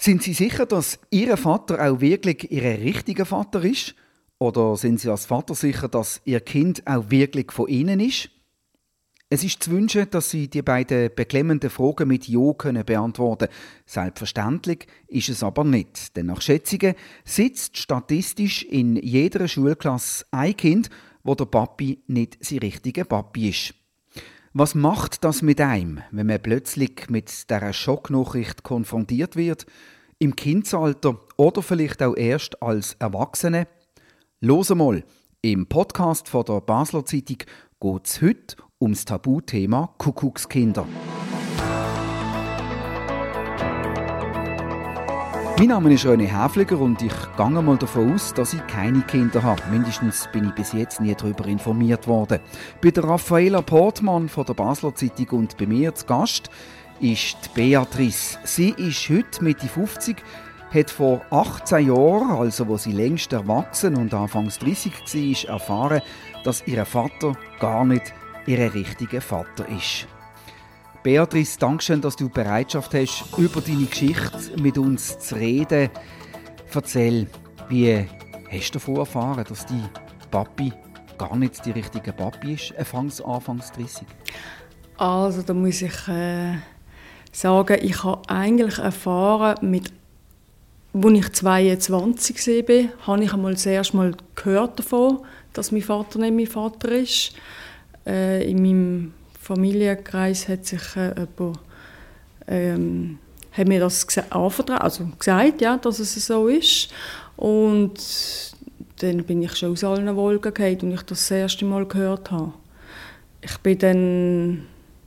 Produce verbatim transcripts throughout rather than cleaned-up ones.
Sind Sie sicher, dass Ihr Vater auch wirklich Ihr richtiger Vater ist? Oder sind Sie als Vater sicher, dass Ihr Kind auch wirklich von Ihnen ist? Es ist zu wünschen, dass Sie die beiden beklemmenden Fragen mit Ja können beantworten können. Selbstverständlich ist es aber nicht. Denn nach Schätzungen sitzt statistisch in jeder Schulklasse ein Kind, wo der Papi nicht sein richtiger Papi ist. Was macht das mit einem, wenn man plötzlich mit dieser Schocknachricht konfrontiert wird? Im Kindesalter oder vielleicht auch erst als Erwachsene? Los mal, im Podcast von der Basler Zeitung geht es heute um das Tabuthema Kuckuckskinder. Mein Name ist René Häfliger und ich gehe mal davon aus, dass ich keine Kinder habe. Mindestens bin ich bis jetzt nie darüber informiert worden. Bei der Raffaella Portmann von der Basler Zeitung und bei mir zu Gast ist die Beatrice. Sie ist heute Mitte fünfzig, hat vor achtzehn Jahren, also wo sie längst erwachsen und anfangs dreißig war, erfahren, dass ihr Vater gar nicht ihr richtiger Vater ist. Beatrice, danke schön, dass du Bereitschaft hast, über deine Geschichte mit uns zu reden. Erzähl, wie hast du davon erfahren, dass dein Papi gar nicht die richtige Papi ist, anfangs, anfangs dreißig? Also, da muss ich äh, sagen, ich habe eigentlich erfahren, mit, als ich zweiundzwanzig war, habe ich einmal das erste Mal gehört davon, dass mein Vater nicht mein Vater ist. Äh, in meinem Familienkreis hat sich äh, jemand, ähm, hat mir das anvertraut, also gesagt, ja, dass es so ist. Und dann bin ich schon aus allen Wolken gefallen, als ich das, das erste Mal gehört habe. Ich bin dann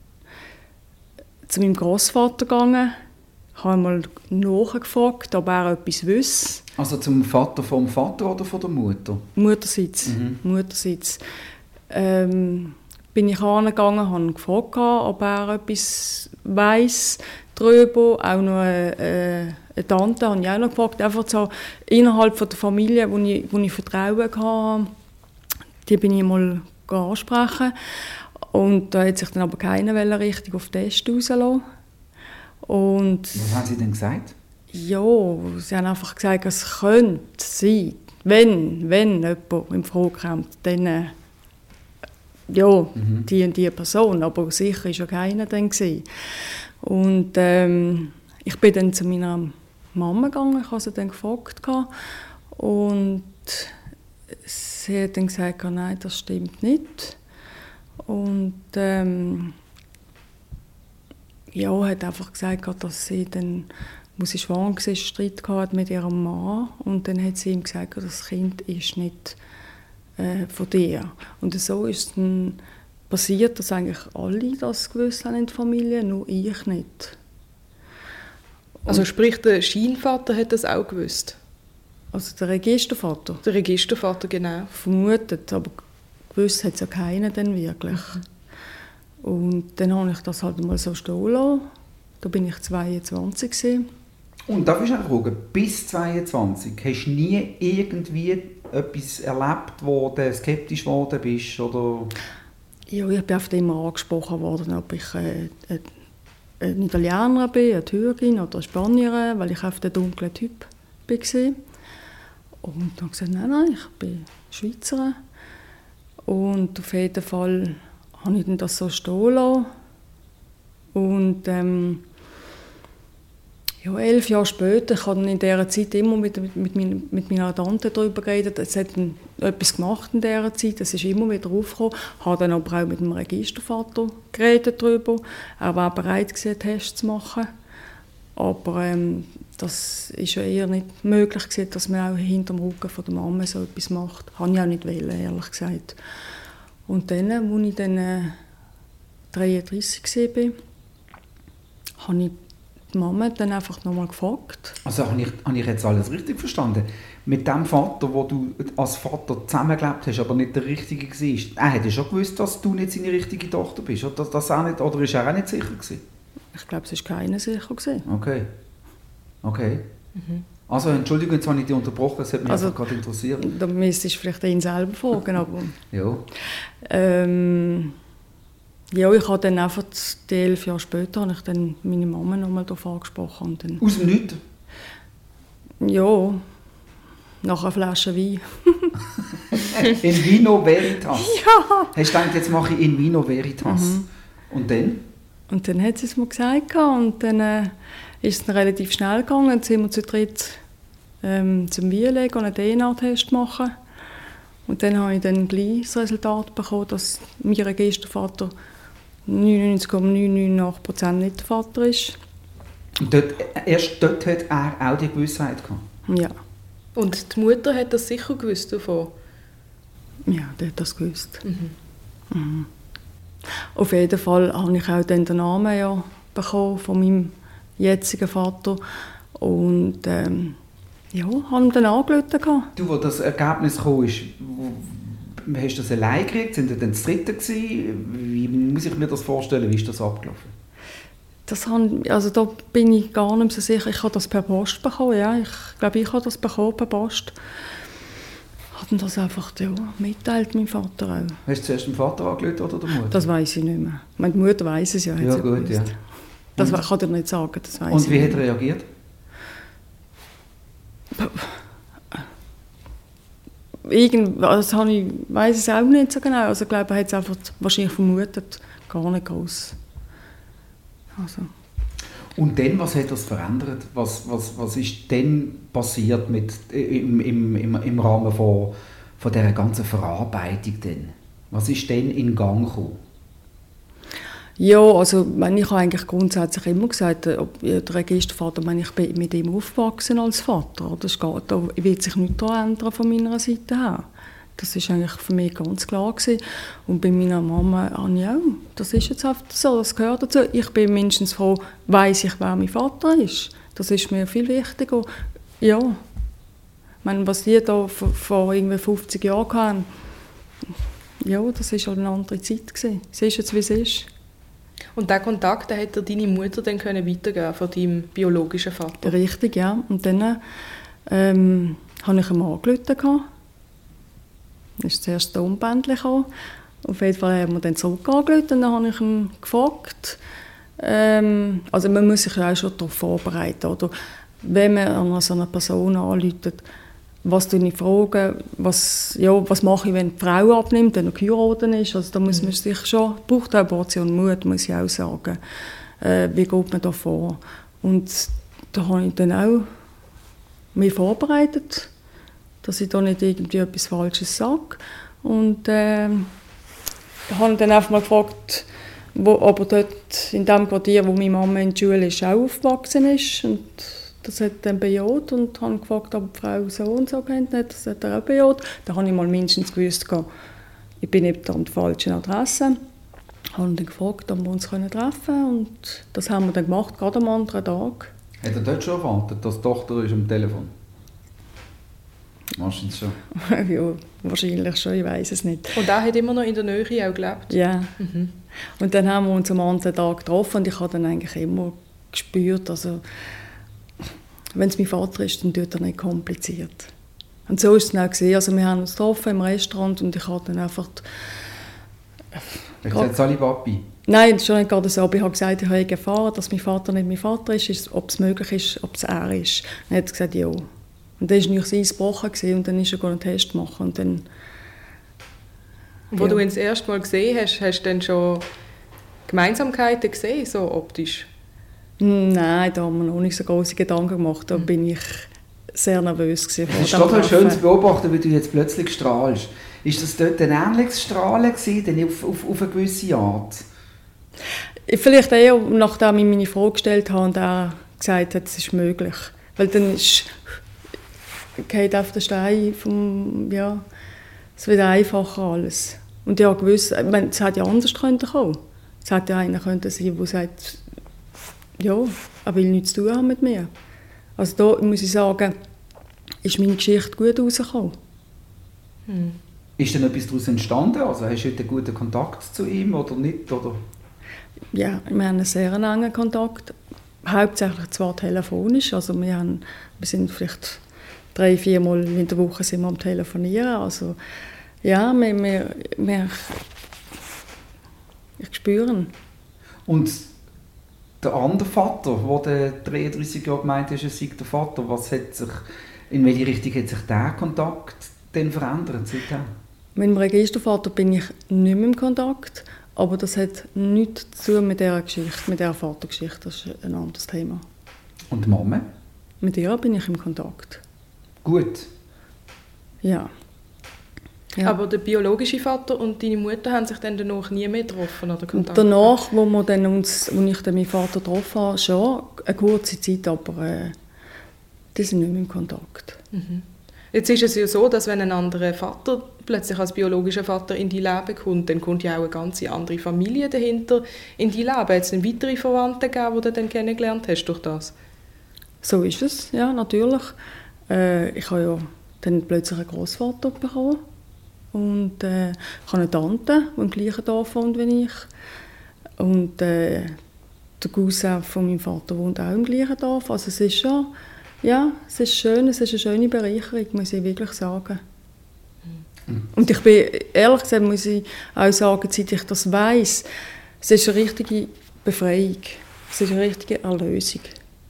zu meinem Großvater gegangen, habe mal nachgefragt, ob er etwas wüsste. Also zum Vater vom Vater oder von der Mutter? Muttersitz. Mhm. Muttersitz. Ähm, bin ich angegangen, habe gefragt, ob er etwas weiss darüber. Auch noch eine, eine Tante habe ich auch noch gefragt. Einfach so innerhalb von der Familie, wo ich, wo ich Vertrauen hatte, die bin ich mal ansprechen. Und da hat sich dann aber keiner richtig auf den Test rauslassen. Und was haben Sie denn gesagt? Ja, sie haben einfach gesagt, es könnte sein, wenn, wenn jemand in Frage kommt, dann äh, ja, mhm. die und die Person, aber sicher war ja keiner dann gewesen. Und ähm, ich bin dann zu meiner Mama gegangen, ich habe sie dann gefragt und sie hat dann gesagt, nein, das stimmt nicht. Und ähm, ja, hat einfach gesagt, dass sie dann, als sie schwanger war, Streit gehabt mit ihrem Mann. Und dann hat sie ihm gesagt, das Kind ist nicht äh, von dir. Und so ist es dann passiert, dass eigentlich alle das gewusst haben in der Familie, nur ich nicht. Und also sprich, der Scheinvater hat das auch gewusst? Also der Registervater? Der Registervater, genau. Vermutet, aber gewusst hat es ja keiner dann wirklich. Mhm. Und dann habe ich das halt mal so stehen lassen. Da bin ich zweiundzwanzig gewesen. Und darf ich auch fragen, bis zweiundzwanzig hast du nie irgendwie etwas erlebt, wo du skeptisch geworden bist? Oder? Ja, ich bin oft immer angesprochen worden, ob ich äh, ein Italiener bin, eine Türkin oder eine Spanierin, weil ich auf der dunklen Typ war. Und dann habe ich gesagt, nein, nein, ich bin Schweizerin. Und auf jeden Fall habe ich das so stehen lassen. Und ähm, ja, elf Jahre später, ich habe in dieser Zeit immer mit, mit, mein, mit meiner Tante darüber geredet. Es hat etwas gemacht in dieser Zeit, es ist immer wieder aufgekommen. Ich habe dann aber auch mit dem Registervater geredet darüber. Er war bereit gewesen, Tests zu machen. Aber ähm, das war ja eher nicht möglich gewesen, dass man auch hinter dem Rücken von der Mama so etwas macht. Das wollte ich auch nicht wollen, ehrlich gesagt. Und dann, als ich dann äh, dreiunddreißig war, habe ich die Mama dann einfach nochmal gefragt. Also habe ich, habe ich jetzt alles richtig verstanden? Mit dem Vater, wo du als Vater zusammengelebt hast, aber nicht der Richtige war, er hat ja schon gewusst, dass du nicht seine richtige Tochter bist, oder, das auch nicht, oder ist er auch nicht sicher gewesen? Ich glaube, es war keiner sicher gewesen. Okay. Okay. Mhm. Also Entschuldigung, jetzt habe ich dich unterbrochen, das hat mich also, gerade interessiert. Da müsstest du vielleicht ihn selber fragen, aber... ja. Ähm, ja, ich habe dann einfach, die elf Jahre später, habe ich dann meine Mama noch mal darauf angesprochen. Und dann, aus dem Nichts? Ja, nach einer Flasche Wein. In Vino Veritas? Ja! Hast du gedacht, jetzt mache ich in Vino Veritas? Mhm. Und dann? Und dann hat sie es mir gesagt und dann äh, ist es dann relativ schnell gegangen. Dann sind wir zu dritt ähm, zum Wein legen und einen D N A-Test machen. Und dann habe ich dann gleich das Resultat bekommen, dass mein Registervater neunundneunzig Komma neunundneunzig Prozent nicht der Vater ist. Und dort, erst dort hat er auch die Gewissheit gehabt? Ja. Und die Mutter hat das sicher gewusst davon? Ja, die hat das gewusst. Mhm. Mhm. Auf jeden Fall habe ich auch dann den Namen ja bekommen von meinem jetzigen Vater. Und ähm, ja, habe ihn dann angerufen. Du, als das Ergebnis kam, ist, wo- hast du das allein gekriegt? Sind ihr dann das Dritte gewesen? Wie muss ich mir das vorstellen? Wie ist das abgelaufen? Das han, also da bin ich gar nicht so sicher. Ich habe das per Post bekommen, ja. Ich glaube, ich habe das bekommen per Post. Hat ihm das einfach ja, mitteilt, mein Vater auch. Hast du zuerst den Vater angerufen oder der Mutter? Das weiß ich nicht mehr. Meine Mutter weiß es ja. Hat Ja, sie gut, gewusst. ja. Das Und- kann ich dir nicht sagen, das weiß Und ich wie nicht. hat er reagiert? Irgend, das habe ich, weiß es auch nicht so genau. Also ich glaube, er hat es einfach wahrscheinlich vermutet, gar nicht groß. Also. Und dann, was hat das verändert? Was, was, was ist dann passiert mit, im, im, im, im Rahmen von, von dieser ganzen Verarbeitung? Denn? Was ist dann in Gang gekommen? Ja, also wenn ich habe eigentlich grundsätzlich immer gesagt, äh, ob äh, der Registervater, wenn ich bin mit ihm aufgewachsen als Vater, das geht, da wird sich nichts daran ändern von meiner Seite her. Das ist eigentlich für mich ganz klar gewesen. Und bei meiner Mama habe ich auch, das ist jetzt einfach so, das gehört dazu. Ich bin mindestens froh, weiss ich, wer mein Vater ist. Das ist mir viel wichtiger. Ja, ich meine, was die da vor, vor irgendwie fünfzig Jahren hatten, ja, das war halt eine andere Zeit gewesen. Es ist jetzt, wie es ist. Und diesen Kontakt den hat dir deine Mutter dann können weitergeben von deinem biologischen Vater? Richtig, ja. Und dann ähm, habe ich ihn angerufen. Dann ist zuerst das Tonbändchen gekommen. Auf jeden Fall haben wir dann zurück angerufen und dann habe ich ihn gefragt. Ähm, also man muss sich ja auch schon darauf vorbereiten. Oder? Wenn man an so eine Person anruft, was tue ich fragen, was, ja, was mache ich, wenn die Frau abnimmt, wenn er geheiratet ist. Also da muss man sich schon, braucht auch eine Portion Mut, muss ich auch sagen. Äh, wie geht man da vor? Und da habe ich dann auch mich vorbereitet, dass ich da nicht irgendwie etwas Falsches sage. Und äh, da habe ich dann einfach mal gefragt, wo, ob er dort in dem Quartier, wo meine Mama in der Schule ist, auch aufgewachsen ist. Und das hat dann bejaht und habe gefragt, ob die Frau so und so kennt. Das hat er auch bejaht. Da habe ich mal mindestens gewusst, ich bin nicht an der falschen Adresse. Ich habe dann gefragt, ob wir uns treffen können. Und das haben wir dann gemacht, gerade am anderen Tag. Hat er dort schon erwartet, dass die Tochter ist am Telefon? Wahrscheinlich schon. Ja, wahrscheinlich schon, ich weiß es nicht. Und er hat immer noch in der Nähe auch gelebt? Ja. Mhm. Und dann haben wir uns am anderen Tag getroffen und ich habe dann eigentlich immer gespürt, also wenn es mein Vater ist, dann tut er nicht kompliziert. Und so ist es dann auch gesehen. Also wir haben uns getroffen im Restaurant und ich habe dann einfach... Er hat gesagt, Sali Papi. Nein, das ist schon nicht gerade so. Aber ich habe gesagt, ich habe erfahren, dass mein Vater nicht mein Vater ist, ist ob es möglich ist, ob es er ist. Und er hat gesagt, ja. Und dann war natürlich sein Gebrochen und dann ist er einen Test machen und dann... Wo ja. du ihn das erste Mal gesehen hast, hast du dann schon Gemeinsamkeiten gesehen, so optisch? Nein, da haben wir noch nicht so große Gedanken gemacht. Da bin ich sehr nervös gewesen. Es ist total schön zu beobachten, wie du jetzt plötzlich strahlst. Ist das dort ein ähnliches Strahlen gewesen, denn auf, auf, auf eine gewisse Art? Vielleicht eher, nachdem ich meine Frage gestellt habe und er gesagt hat, es ist möglich. Weil dann ist, geht auf den Stein vom, ja, es wird einfacher alles. Und ich habe gewusst, ich meine, es hätte ja anders kommen können. Es hätte ja einer können sein, der sagt, ja, er will nichts zu tun haben mit mir. Also da muss ich sagen, ist meine Geschichte gut rausgekommen. Hm. Ist denn etwas daraus entstanden? Also hast du heute einen guten Kontakt zu ihm oder nicht? Oder? Ja, wir haben einen sehr engen Kontakt. Hauptsächlich zwar telefonisch. Also wir, haben, wir sind vielleicht drei, vier Mal in der Woche sind wir am Telefonieren. Also ja, wir, wir, wir ich spüre ihn. Und der andere Vater, der dreiunddreissig Jahre gemeint hat, er sei der Vater, was hat sich, in welche Richtung hat sich der Kontakt denn verändert seitdem? Mit dem Registervater bin ich nicht mehr im Kontakt, aber das hat nichts zu tun mit dieser Geschichte, mit dieser Vatergeschichte, das ist ein anderes Thema. Und die Mama? Mit ihr bin ich im Kontakt. Gut. Ja. Ja. Aber der biologische Vater und deine Mutter haben sich dann danach nie mehr getroffen oder Kontakt? Danach, wo, wir dann uns, wo ich dann meinen Vater getroffen habe, schon eine kurze Zeit, aber äh, die sind nicht mehr im Kontakt. Mhm. Jetzt ist es ja so, dass wenn ein anderer Vater plötzlich als biologischer Vater in dein Leben kommt, dann kommt ja auch eine ganz andere Familie dahinter in dein Leben. Hat es dann weitere Verwandte gegeben, die du dann kennengelernt hast durch das? So ist es, ja, natürlich. Äh, ich habe ja dann plötzlich einen Großvater bekommen. Und äh, ich habe eine Tante, die im gleichen Dorf wohnt wie ich. Und äh, der Cousin von meinem Vater wohnt auch im gleichen Dorf. Also es ist schon, ja, es ist schön, es ist eine schöne Bereicherung, muss ich wirklich sagen. Mhm. Und ich bin, ehrlich gesagt, muss ich auch sagen, seit ich das weiss, es ist eine richtige Befreiung, es ist eine richtige Erlösung.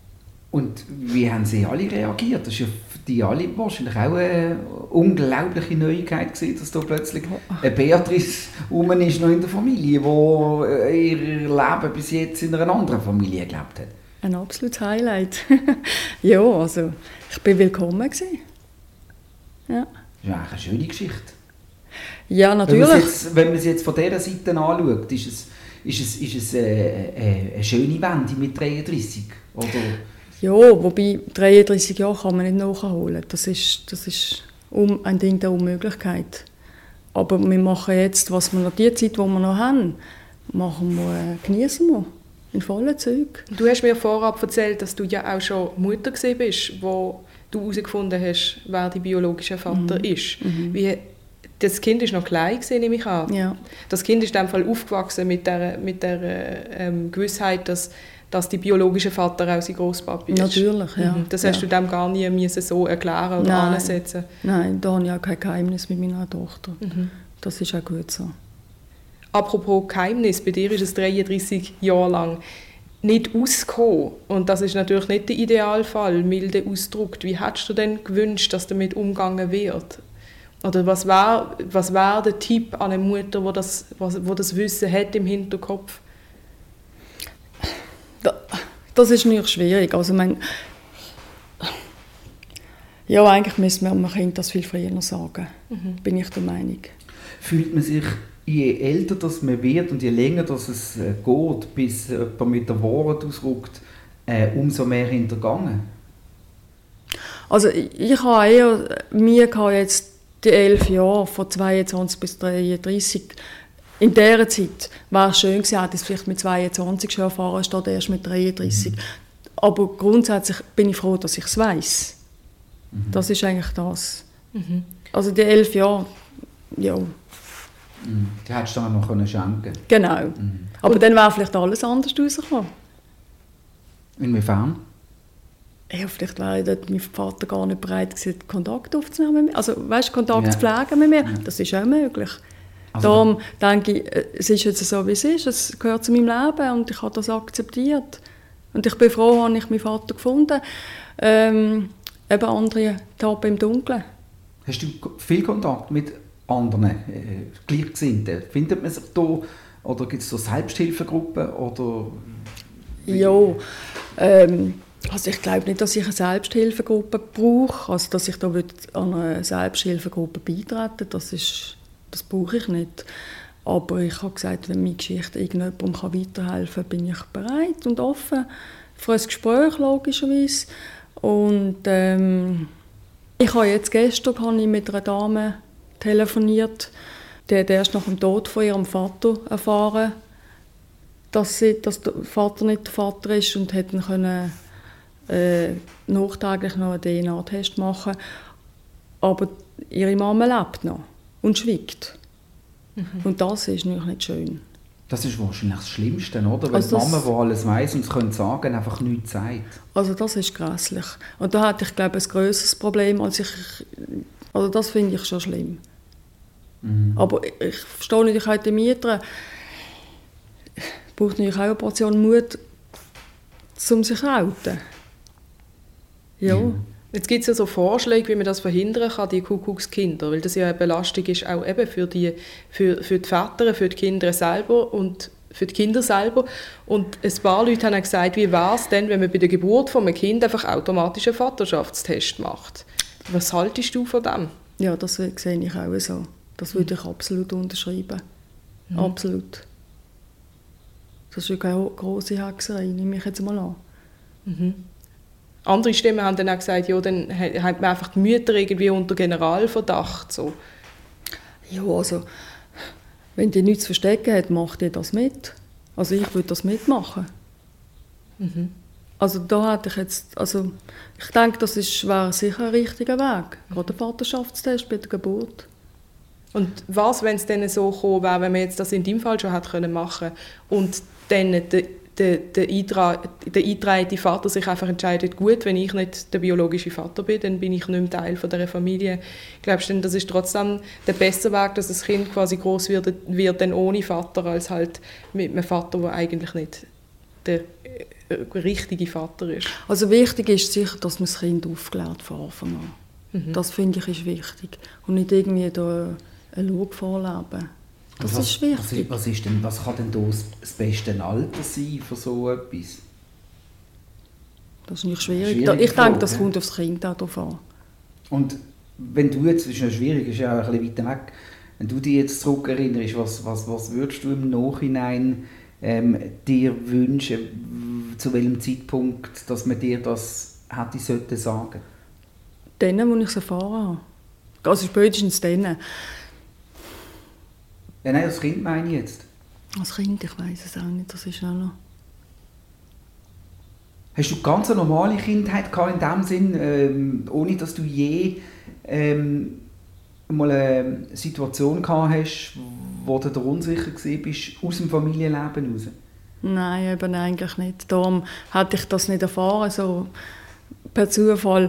Und wie haben sie alle reagiert? Das war ja für die alle wahrscheinlich auch eine unglaubliche Neuigkeit gewesen, dass da plötzlich eine Beatrice rum ist, noch in der Familie, die ihr Leben bis jetzt in einer anderen Familie gelebt hat. Ein absolutes Highlight. Ja, also ich bin willkommen gewesen. Ja. Das ist eigentlich eine schöne Geschichte. Ja, natürlich. Wenn man es jetzt, wenn man es jetzt von dieser Seite anschaut, ist es, ist es, ist es eine, eine, eine schöne Wende mit dreiunddreissig, oder? Ja, wobei dreiunddreissig Jahre kann man nicht nachholen. Das ist, das ist um, ein Ding der Unmöglichkeit. Aber wir machen jetzt, was wir noch die Zeit, die wir noch haben, machen wir, äh, genießen wir in vollen Zügen. Du hast mir vorab erzählt, dass du ja auch schon Mutter gewesen bist, wo du herausgefunden hast, wer dein biologischer Vater Mhm. ist. Mhm. Wie, das Kind war noch klein, nehme ich an. Ja. Das Kind ist in dem Fall aufgewachsen mit der, mit der ähm, Gewissheit, dass dass die biologische Vater auch sein Grosspapi ist. Natürlich, ja. Mhm. Das hast ja. du dem gar nie müssen so erklären oder Nein. ansetzen. Nein, da habe ich auch kein Geheimnis mit meiner Tochter. Mhm. Das ist auch gut so. Apropos Geheimnis, bei dir ist es dreiunddreissig Jahre lang nicht ausgekommen. Und das ist natürlich nicht der Idealfall, milde ausgedrückt. Wie hättest du denn gewünscht, dass damit umgegangen wird? Oder was wäre was wär der Tipp an eine Mutter, die das, wo das Wissen hat im Hinterkopf? Das ist natürlich schwierig. Also, mein, ja, eigentlich müssen wir dem Kind das viel früher sagen, mhm. bin ich der Meinung. Fühlt man sich, je älter das man wird und je länger das es äh, geht, bis jemand mit der Wahrheit ausrückt, äh, umso mehr hintergangen? Also ich, ich habe eher, mir jetzt die elf Jahre, von zweiundzwanzig bis dreiunddreissig, in dieser Zeit wäre es schön gewesen, hätte ich es vielleicht mit zweiundzwanzig schon erfahren, statt erst mit dreiunddreissig. Mhm. Aber grundsätzlich bin ich froh, dass ich es weiss. Mhm. Das ist eigentlich das. Mhm. Also die elf Jahre, ja. Mhm. Die hättest du dann noch schenken können. Genau. Mhm. Aber dann wäre vielleicht alles anders rausgekommen. Inwiefern? Ja, vielleicht wäre dort mein Vater gar nicht bereit gewesen, Kontakt aufzunehmen. Also, weißt du, Kontakt ja. zu pflegen mit mir, ja. Ja. Das ist auch möglich. Also, Darum denke ich, es ist jetzt so, wie es ist. Es gehört zu meinem Leben und ich habe das akzeptiert. Und ich bin froh, dass ich meinen Vater gefunden habe. Ähm, eben andere Tappen im Dunkeln. Hast du viel Kontakt mit anderen äh, Gleichgesinnten? Findet man sich da? Oder gibt es so Selbsthilfegruppen? Oder ja, ähm, also ich glaube nicht, dass ich eine Selbsthilfegruppe brauche. Also dass ich da an eine Selbsthilfegruppe beitreten, das ist... Das brauche ich nicht. Aber ich habe gesagt, wenn meine Geschichte irgendjemandem weiterhelfen kann, bin ich bereit und offen für ein Gespräch, logischerweise. Und ähm, ich habe jetzt gestern habe ich mit einer Dame telefoniert, die hat erst nach dem Tod von ihrem Vater erfahren, dass, sie, dass der Vater nicht der Vater ist und hätten können äh, nachträglich noch einen D N A-Test machen. Aber ihre Mama lebt noch. Und schweigt. Mhm. Und das ist natürlich nicht schön. Das ist wahrscheinlich das Schlimmste, oder? Wenn also die Mama, die alles weiss und es können sagen, einfach nichts sagt. Also das ist grässlich. Und da hatte ich, glaube ich, ein grösseres Problem, als ich... Also das finde ich schon schlimm. Mhm. Aber ich, ich verstehe nicht, ich heute Mieter braucht natürlich auch eine Portion Mut, um sich zu outen. Ja. Ja. Jetzt gibt es ja so Vorschläge, wie man das verhindern kann, die Kuckuckskinder, weil das ja eine Belastung ist, auch eben für die, für, für die Väter, für die Kinder selber und für die Kinder selber. Und ein paar Leute haben auch gesagt, wie wäre es denn, wenn man bei der Geburt von einem Kind einfach automatisch einen Vaterschaftstest macht? Was haltest du von dem? Ja, das sehe ich auch so. Das würde ich absolut unterschreiben. Mhm. Absolut. Das ist keine grosse Hexerei, nehme ich jetzt mal an. Mhm. Andere Stimmen haben dann auch gesagt, ja, dann hat man einfach die Mütter irgendwie unter Generalverdacht. So. Ja, also, wenn die nichts zu verstecken hat, macht die das mit. Also ich würde das mitmachen. Mhm. Also da hätte ich jetzt, also ich denke, das ist, wäre sicher ein richtiger Weg. Gerade der Vaterschaftstest bei der Geburt. Und was, wenn es dann so gekommen wäre, wenn man jetzt das in deinem Fall schon hätte machen können und dann der Der, der, Eintra- der eingetragene Vater sich einfach entscheidet, gut, wenn ich nicht der biologische Vater bin, dann bin ich nicht mehr Teil von dieser Familie. Glaubst du denn, das ist trotzdem der bessere Weg, dass das Kind quasi groß wird, wird dann ohne Vater, als halt mit einem Vater, der eigentlich nicht der äh, richtige Vater ist? Also wichtig ist sicher, dass man das Kind aufklärt von Anfang an. Mhm. Das finde ich ist wichtig. Und nicht irgendwie da eine Lüge vorleben. Das was, ist wichtig. Was, was, ist denn, was kann denn da das beste Alter sein für so etwas? Das ist nicht schwierig. schwierig ich denke, das kommt aufs Kind auch drauf an. Und wenn du jetzt, das ist ja schwierig, ist ja auch ein bisschen weiter weg, wenn du dich jetzt zurückerinnerst, was, was, was würdest du im Nachhinein ähm, dir wünschen, zu welchem Zeitpunkt, dass man dir das hätte sollte sagen? Denen, wo ich es erfahren habe. Also spätestens denen. Ja, nein, das Kind meine ich jetzt. Als Kind, ich weiss es auch nicht, das ist auch noch... Hast du ganz eine normale Kindheit gehabt in dem Sinn, ähm, ohne dass du je ähm, mal eine Situation gehabt hast, wo du dir unsicher warst, aus dem Familienleben heraus? Nein, eben eigentlich nicht. Darum hätte ich das nicht erfahren, so per Zufall.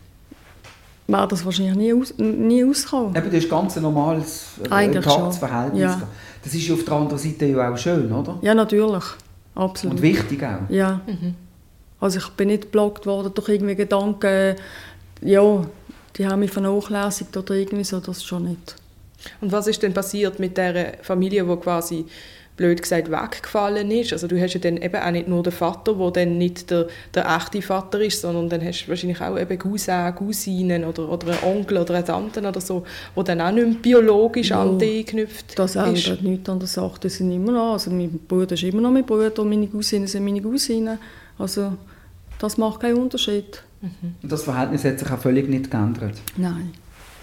Wäre das wahrscheinlich nie, aus, nie ausgekommen. Eben, das ist ganz ein normales, intaktes Verhältnis. Ja. Das ist auf der anderen Seite ja auch schön, oder? Ja, natürlich. Absolut. Und wichtig auch. Ja. Mhm. Also ich bin nicht geblockt worden durch irgendwie Gedanken, ja, die haben mich vernachlässigt oder irgendwie so, das schon nicht. Und was ist denn passiert mit der Familie, die quasi blöd gesagt weggefallen ist? Also du hast ja dann eben auch nicht nur den Vater, der dann nicht der, der echte Vater ist, sondern dann hast du wahrscheinlich auch eben Cousin, Cousinen oder, oder einen Onkel oder eine Tante oder so, die dann auch nicht mehr biologisch ja, an dich geknüpft das ist. Das ändert nichts an der Sache, das sind immer noch, also mein Bruder ist immer noch mein Bruder und meine Cousinen sind meine Cousinen. Also das macht keinen Unterschied. Mhm. Und das Verhältnis hat sich auch völlig nicht geändert? Nein.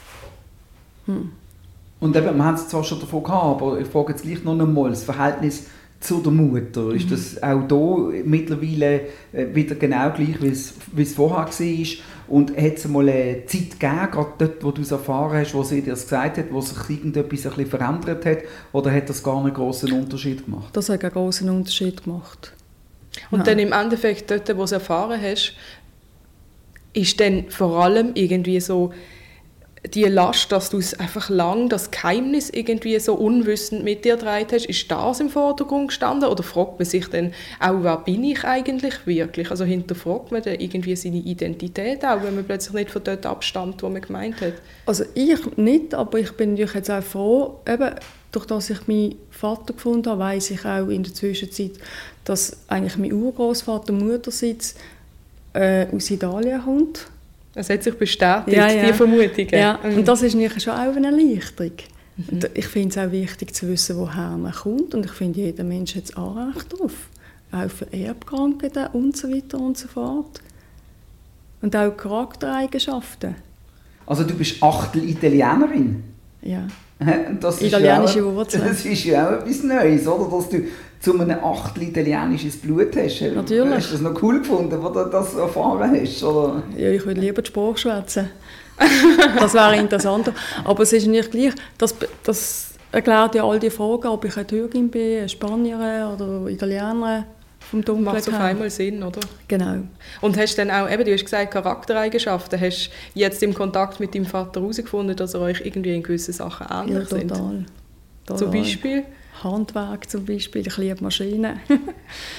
Hm. Und eben, wir haben es zwar schon davon gehabt, aber ich frage jetzt gleich noch einmal, das Verhältnis zu der Mutter, mhm. ist das auch hier mittlerweile wieder genau gleich, wie es, wie es vorher war? Und hat es mal eine Zeit gegeben, gerade dort, wo du es erfahren hast, wo sie dir das gesagt hat, wo sich irgendetwas ein bisschen verändert hat, oder hat das gar einen grossen Unterschied gemacht? Das hat einen grossen Unterschied gemacht. Und Nein. dann im Endeffekt, dort, wo du es erfahren hast, ist dann vor allem irgendwie so die Last, dass du es einfach lang, das Geheimnis irgendwie so unwissend mit dir getragen hast, ist das im Vordergrund gestanden? Oder fragt man sich dann auch, wer bin ich eigentlich wirklich? Also hinterfragt man dann irgendwie seine Identität auch, wenn man plötzlich nicht von dort abstammt, wo man gemeint hat? Also ich nicht, aber ich bin natürlich jetzt auch froh, eben, durch das ich meinen Vater gefunden habe, weiss ich auch in der Zwischenzeit, dass eigentlich mein Urgroßvater Muttersitz äh, aus Italien kommt. Es hat sich bestätigt, ja, ja. die Vermutungen. Ja, und das ist natürlich schon auch eine Erleichterung. Mhm. Ich finde es auch wichtig zu wissen, woher man kommt. Und ich finde, jeder Mensch hat ein Anrecht darauf. Auch für Erbkrankheiten und so weiter und so fort. Und auch Charaktereigenschaften. Also du bist Achtel Italienerin? Ja. Das Italienische ja auch, Wurzeln. Das ist ja auch etwas Neues, oder? Dass du zu einem Achtel italienisches Blut hast. Natürlich. Hast du das noch cool gefunden, wo du das erfahren hast? Oder? Ja, ich würde lieber die Sprache schwätzen. Das wäre interessanter. Aber es ist nicht gleich. Das, das erklärt ja all die Fragen, ob ich eine Türkin bin, eine Spanierin oder Italienerin. Vom Macht auf einmal Sinn, oder? Genau. Und hast dann auch, eben, du hast gesagt, Charaktereigenschaften, hast du jetzt im Kontakt mit deinem Vater herausgefunden, dass er euch irgendwie in gewissen Sachen ähnlich ja, sind? Total. Zum Beispiel? Handwerk zum Beispiel, ich liebe Maschinen.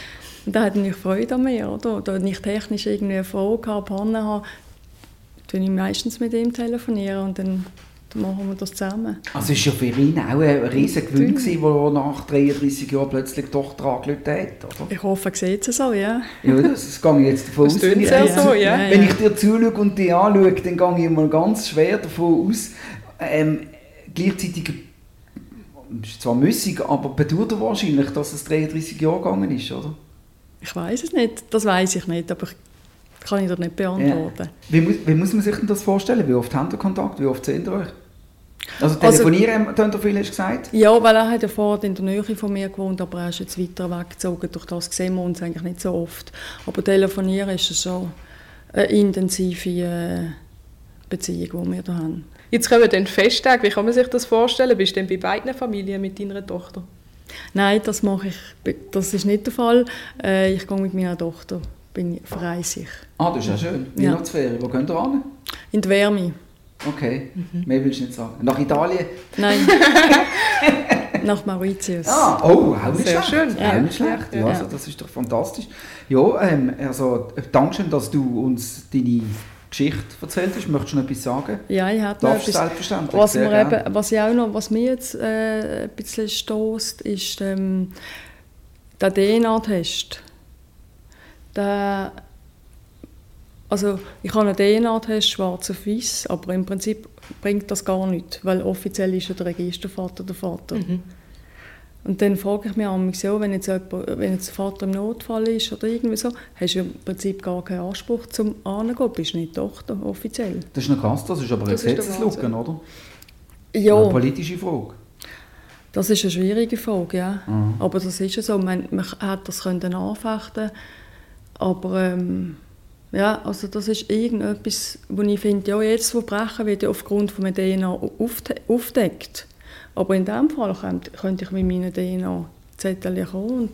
Da hat natürlich Freude an mir, oder? Oder wenn ich technisch irgendwie eine Frage habe, Panne habe, dann ich meistens mit ihm telefonieren und dann, dann machen wir das zusammen. Also es war ja für ihn auch ein riesiger Gewinn, der nach dreiunddreissig Jahren plötzlich doch dran gelötet hat, oder? Ich hoffe, er sieht es so, ja. Ja, das, das gehe ich jetzt davon das aus. Wenn ich, ja dir, so, ja. wenn ich dir zuschaue und dich anschaue, dann gehe ich mal ganz schwer davon aus. Ähm, gleichzeitig ist zwar müssig, aber bedauert er wahrscheinlich, dass es dreiunddreissig Jahre gegangen ist, oder? Ich weiß es nicht, das weiß ich nicht, aber ich kann ich dir nicht beantworten. Ja. Wie, muss, wie muss man sich denn das vorstellen? Wie oft habt ihr Kontakt? Wie oft seht ihr euch? Also telefonieren, also, hast du viel hast gesagt? Ja, weil er hat ja vorher in der Nähe von mir gewohnt, aber er ist jetzt weiter weggezogen. Durch das sehen wir uns eigentlich nicht so oft. Aber telefonieren ist schon eine intensive äh, Beziehung, die wir da haben. Jetzt kommen dann Festtage. Wie kann man sich das vorstellen? Bist du denn bei beiden Familien mit deiner Tochter? Nein, das mache ich. Das ist nicht der Fall. Äh, ich gehe mit meiner Tochter, bin verreise ich. Ah, das ist ja schön. Ja. Weihnachtsferien. Wo geht ihr hin? In die Wärme. Okay, mhm. Mehr willst du nicht sagen. Nach Italien? Nein. Nach Mauritius. Ah, oh, auch nicht sehr schlecht. schön. Ja, Ja. nicht schlecht. Ja, Ja. also, das ist doch fantastisch. Ja, ähm, also Dankeschön, dass du uns deine Geschichte erzählt hast. Möchtest du noch etwas sagen? Ja, ich habe noch Darfst du etwas. selbstverständlich. Was, sehr mir gerne. eben, was, ich auch noch, was mir jetzt äh, ein bisschen stößt, ist ähm, der D N A-Test. Der, also ich habe einen D N A-Test, schwarz auf weiß, aber im Prinzip bringt das gar nichts, weil offiziell ist ja der Registervater der Vater. Mhm. Und dann frage ich mich manchmal so, wenn jetzt, jemand, wenn jetzt der Vater im Notfall ist oder irgendwie so, hast du im Prinzip gar keinen Anspruch zum Angehen, bist nicht Tochter offiziell. Das ist noch krass, das ist aber eine Das ist der Gesetzeslücke, Wahnsinn. oder? Ja. Eine politische Frage. Das ist eine schwierige Frage, ja. Mhm. Aber das ist ja so. Man, man hätte das können anfechten, aber ähm, ja, also das ist irgendetwas, wo ich finde, ja, jedes Verbrechen wird ja aufgrund von D N A aufgedeckt. Aber in diesem Fall könnte, könnte ich mit meinen D N A-Zettel kommen und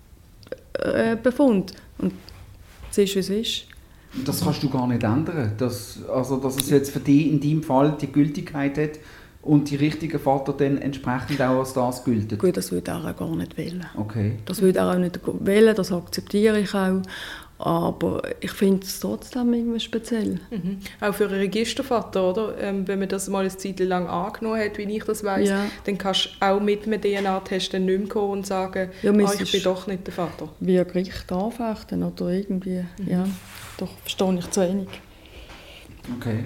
äh, Befund. Und es ist, wie es ist. Das kannst du gar nicht ändern. Das, also, dass es jetzt für dich in deinem Fall die Gültigkeit hat und die richtige Vater dann entsprechend auch als das gilt. Gut, das würde er auch gar nicht wählen. Okay. Das würde er auch nicht wählen, das akzeptiere ich auch. Aber ich finde es trotzdem irgendwie speziell. Mhm. Auch für einen Registervater, oder? Ähm, wenn man das mal eine Zeit lang angenommen hat, wie ich das weiss, Ja. dann kannst du auch mit einem D N A-Test dann nicht mehr kommen und sagen, Ja, ah, ich ist- bin doch nicht der Vater. Wie ein Gericht anfechten oder irgendwie, Mhm. ja, doch verstehe ich zu wenig. Okay.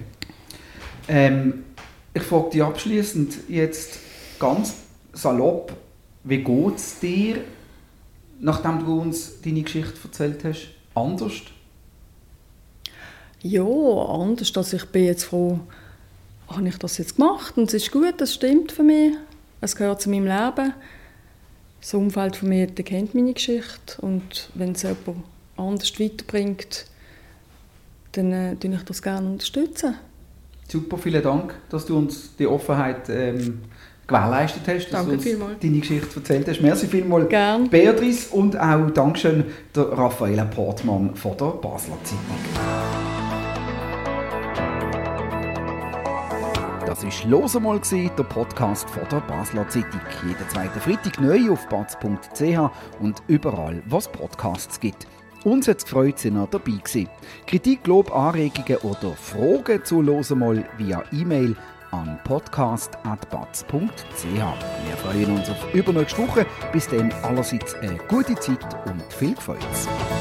Ähm, ich frage dich abschließend jetzt ganz salopp, wie geht es dir, nachdem du uns deine Geschichte erzählt hast, anders? Ja, anders, dass ich bin jetzt froh, habe ich das jetzt gemacht und es ist gut, das stimmt für mich, es gehört zu meinem Leben. Das Umfeld von mir der kennt meine Geschichte und wenn es jemand anders weiterbringt, dann äh, unterstütze ich das gerne unterstützen. Super, vielen Dank, dass du uns die Offenheit ähm, gewährleistet hast, dass Danke du uns vielmals. deine Geschichte erzählt hast. Merci vielmals, Gern. Beatrice, und auch Dankeschön der Raffaella Portmann von der Basler Zeitung. Das war «Los einmal», der Podcast von der Basler Zeitung. Jeden zweiten Freitag neu auf batz punkt c h und überall, wo es Podcasts gibt. Uns hat es gefreut, dass ihr dabei gewesen. Kritik, Lob, Anregungen oder Fragen zu «Los einmal» via E-Mail an podcast at batz punkt c h. Wir freuen uns auf übernächste Woche. Bis dann allerseits eine gute Zeit und viel Freude.